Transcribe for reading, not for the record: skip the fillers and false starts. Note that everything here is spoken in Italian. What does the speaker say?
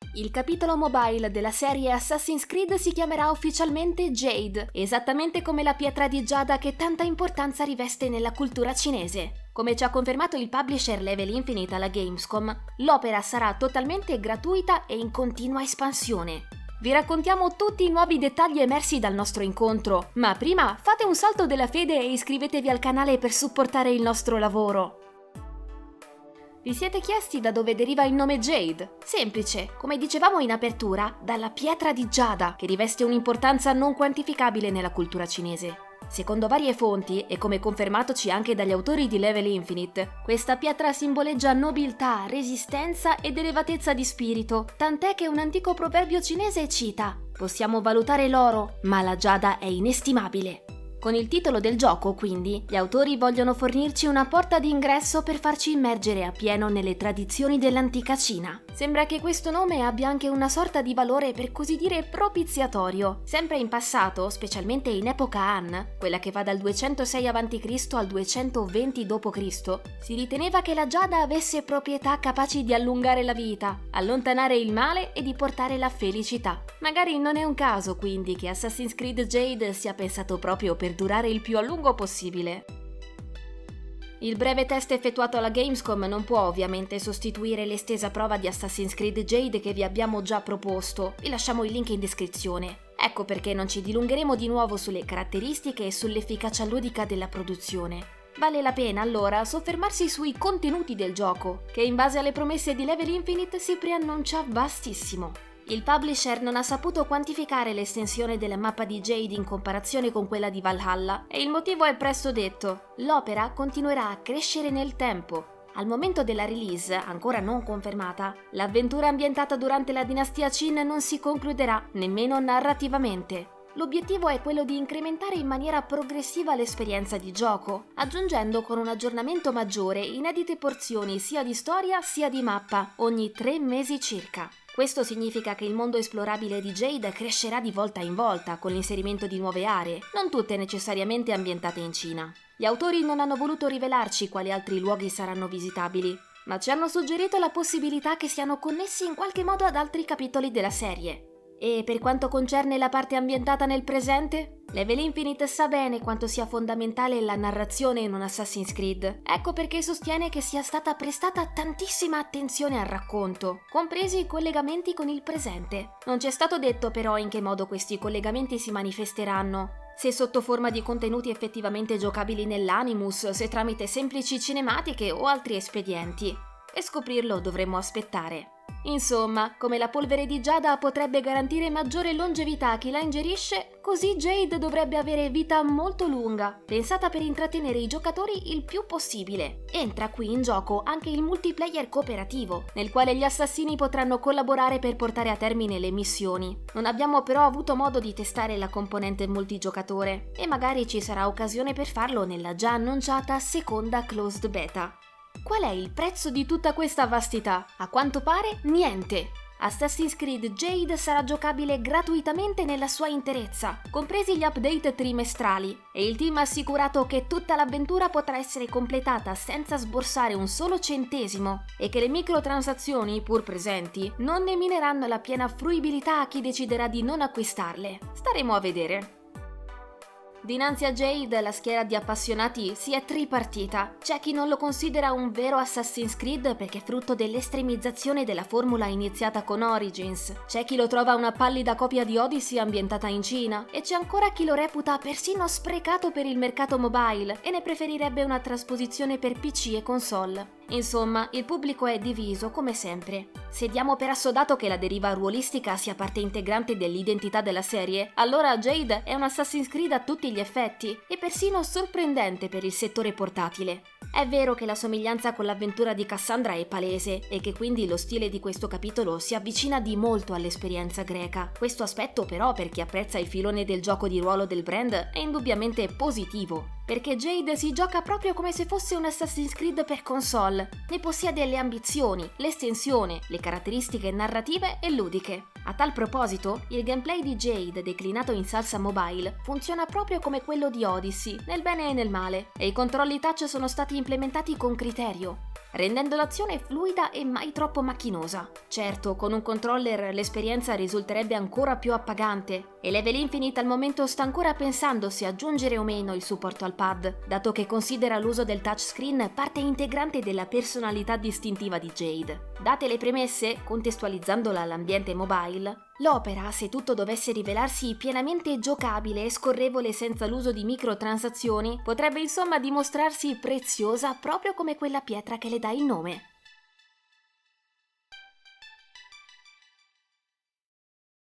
Il capitolo mobile della serie Assassin's Creed si chiamerà ufficialmente Jade, esattamente come la pietra di giada che tanta importanza riveste nella cultura cinese. Come ci ha confermato il publisher Level Infinite alla Gamescom, l'opera sarà totalmente gratuita e in continua espansione. Vi raccontiamo tutti i nuovi dettagli emersi dal nostro incontro, ma prima fate un salto della fede e iscrivetevi al canale per supportare il nostro lavoro. Vi siete chiesti da dove deriva il nome Jade? Semplice, come dicevamo in apertura, dalla pietra di giada, che riveste un'importanza non quantificabile nella cultura cinese. Secondo varie fonti, e come confermatoci anche dagli autori di Level Infinite, questa pietra simboleggia nobiltà, resistenza ed elevatezza di spirito, tant'è che un antico proverbio cinese cita: «Possiamo valutare l'oro, ma la giada è inestimabile». Con il titolo del gioco, quindi, gli autori vogliono fornirci una porta d'ingresso per farci immergere appieno nelle tradizioni dell'antica Cina. Sembra che questo nome abbia anche una sorta di valore per così dire propiziatorio. Sempre in passato, specialmente in epoca Han, quella che va dal 206 a.C. al 220 d.C., si riteneva che la giada avesse proprietà capaci di allungare la vita, allontanare il male e di portare la felicità. Magari non è un caso, quindi, che Assassin's Creed Jade sia pensato proprio per durare il più a lungo possibile. Il breve test effettuato alla Gamescom non può ovviamente sostituire l'estesa prova di Assassin's Creed Jade che vi abbiamo già proposto, vi lasciamo il link in descrizione. Ecco perché non ci dilungheremo di nuovo sulle caratteristiche e sull'efficacia ludica della produzione. Vale la pena allora soffermarsi sui contenuti del gioco, che in base alle promesse di Level Infinite si preannuncia vastissimo. Il publisher non ha saputo quantificare l'estensione della mappa di Jade in comparazione con quella di Valhalla e il motivo è presto detto: l'opera continuerà a crescere nel tempo. Al momento della release, ancora non confermata, l'avventura ambientata durante la dinastia Qin non si concluderà, nemmeno narrativamente. L'obiettivo è quello di incrementare in maniera progressiva l'esperienza di gioco, aggiungendo con un aggiornamento maggiore inedite porzioni sia di storia sia di mappa, ogni 3 mesi circa. Questo significa che il mondo esplorabile di Jade crescerà di volta in volta con l'inserimento di nuove aree, non tutte necessariamente ambientate in Cina. Gli autori non hanno voluto rivelarci quali altri luoghi saranno visitabili, ma ci hanno suggerito la possibilità che siano connessi in qualche modo ad altri capitoli della serie. E per quanto concerne la parte ambientata nel presente, Level Infinite sa bene quanto sia fondamentale la narrazione in un Assassin's Creed. Ecco perché sostiene che sia stata prestata tantissima attenzione al racconto, compresi i collegamenti con il presente. Non ci è stato detto però in che modo questi collegamenti si manifesteranno, se sotto forma di contenuti effettivamente giocabili nell'Animus, se tramite semplici cinematiche o altri espedienti. Per scoprirlo dovremmo aspettare. Insomma, come la polvere di giada potrebbe garantire maggiore longevità a chi la ingerisce, così Jade dovrebbe avere vita molto lunga, pensata per intrattenere i giocatori il più possibile. Entra qui in gioco anche il multiplayer cooperativo, nel quale gli assassini potranno collaborare per portare a termine le missioni. Non abbiamo però avuto modo di testare la componente multigiocatore, e magari ci sarà occasione per farlo nella già annunciata seconda closed beta. Qual è il prezzo di tutta questa vastità? A quanto pare, niente! Assassin's Creed Jade sarà giocabile gratuitamente nella sua interezza, compresi gli update trimestrali, e il team ha assicurato che tutta l'avventura potrà essere completata senza sborsare un solo centesimo e che le microtransazioni, pur presenti, non ne mineranno la piena fruibilità a chi deciderà di non acquistarle. Staremo a vedere. Dinanzi a Jade la schiera di appassionati si è tripartita. C'è chi non lo considera un vero Assassin's Creed perché è frutto dell'estremizzazione della formula iniziata con Origins. C'è chi lo trova una pallida copia di Odyssey ambientata in Cina e c'è ancora chi lo reputa persino sprecato per il mercato mobile e ne preferirebbe una trasposizione per PC e console. Insomma, il pubblico è diviso come sempre. Se diamo per assodato che la deriva ruolistica sia parte integrante dell'identità della serie, allora Jade è un Assassin's Creed a tutti gli effetti e persino sorprendente per il settore portatile. È vero che la somiglianza con l'avventura di Cassandra è palese e che quindi lo stile di questo capitolo si avvicina di molto all'esperienza greca. Questo aspetto però, per chi apprezza il filone del gioco di ruolo del brand, è indubbiamente positivo. Perché Jade si gioca proprio come se fosse un Assassin's Creed per console, ne possiede le ambizioni, l'estensione, le caratteristiche narrative e ludiche. A tal proposito, il gameplay di Jade declinato in salsa mobile funziona proprio come quello di Odyssey, nel bene e nel male, e i controlli touch sono stati implementati con criterio. rendendo l'azione fluida e mai troppo macchinosa. Certo, con un controller l'esperienza risulterebbe ancora più appagante e Level Infinite al momento sta ancora pensando se aggiungere o meno il supporto al pad, dato che considera l'uso del touchscreen parte integrante della personalità distintiva di Jade. Date le premesse, contestualizzandola all'ambiente mobile, l'opera, se tutto dovesse rivelarsi pienamente giocabile e scorrevole senza l'uso di microtransazioni, potrebbe insomma dimostrarsi preziosa proprio come quella pietra che le dà il nome.